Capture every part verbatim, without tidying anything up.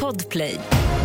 Podplay.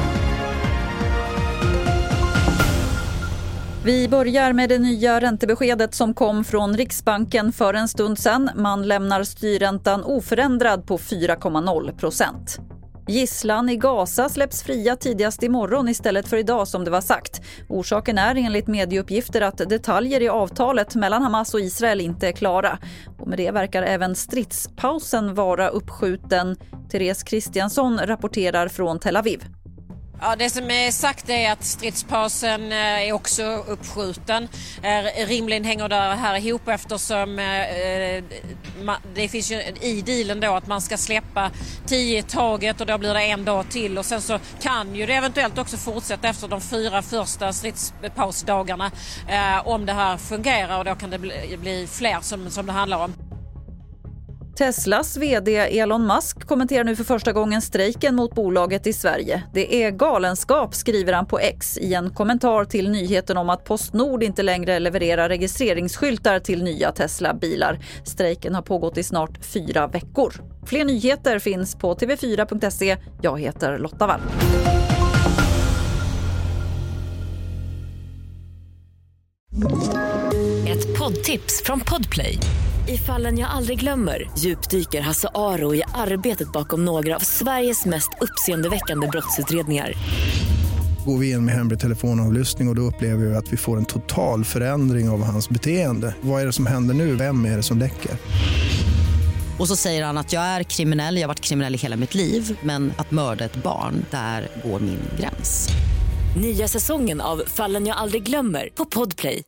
Vi börjar med det nya räntebeskedet som kom från Riksbanken för en stund sedan. Man lämnar styrräntan oförändrad på fyra komma noll procent. Gisslan i Gaza släpps fria tidigast imorgon istället för idag som det var sagt. Orsaken är enligt medieuppgifter att detaljer i avtalet mellan Hamas och Israel inte är klara. Och med det verkar även stridspausen vara uppskjuten. Therese Kristiansson rapporterar från Tel Aviv. Ja, det som är sagt är att stridspausen är också uppskjuten. Rimligen hänger det här ihop eftersom eh, det finns ju i dealen då att man ska släppa tio taget och då blir det en dag till. Och sen så kan ju det eventuellt också fortsätta efter de fyra första stridspausdagarna eh, om det här fungerar, och då kan det bli, bli fler som, som det handlar om. Teslas vd Elon Musk kommenterar nu för första gången strejken mot bolaget i Sverige. Det är galenskap, skriver han på X i en kommentar till nyheten om att PostNord inte längre levererar registreringsskyltar till nya Tesla-bilar. Strejken har pågått i snart fyra veckor. Fler nyheter finns på t v fyra punkt se. Jag heter Lotta Wall. Ett poddtips från Podplay. I Fallen jag aldrig glömmer djupdyker Hasse Aro i arbetet bakom några av Sveriges mest uppseendeväckande brottsutredningar. Går vi in med hemlig telefonavlyssning och, och då upplever vi att vi får en total förändring av hans beteende. Vad är det som händer nu? Vem är det som läcker? Och så säger han att jag är kriminell, jag har varit kriminell i hela mitt liv, men att mörda ett barn, där går min gräns. Nya säsongen av Fallen jag aldrig glömmer på Podplay.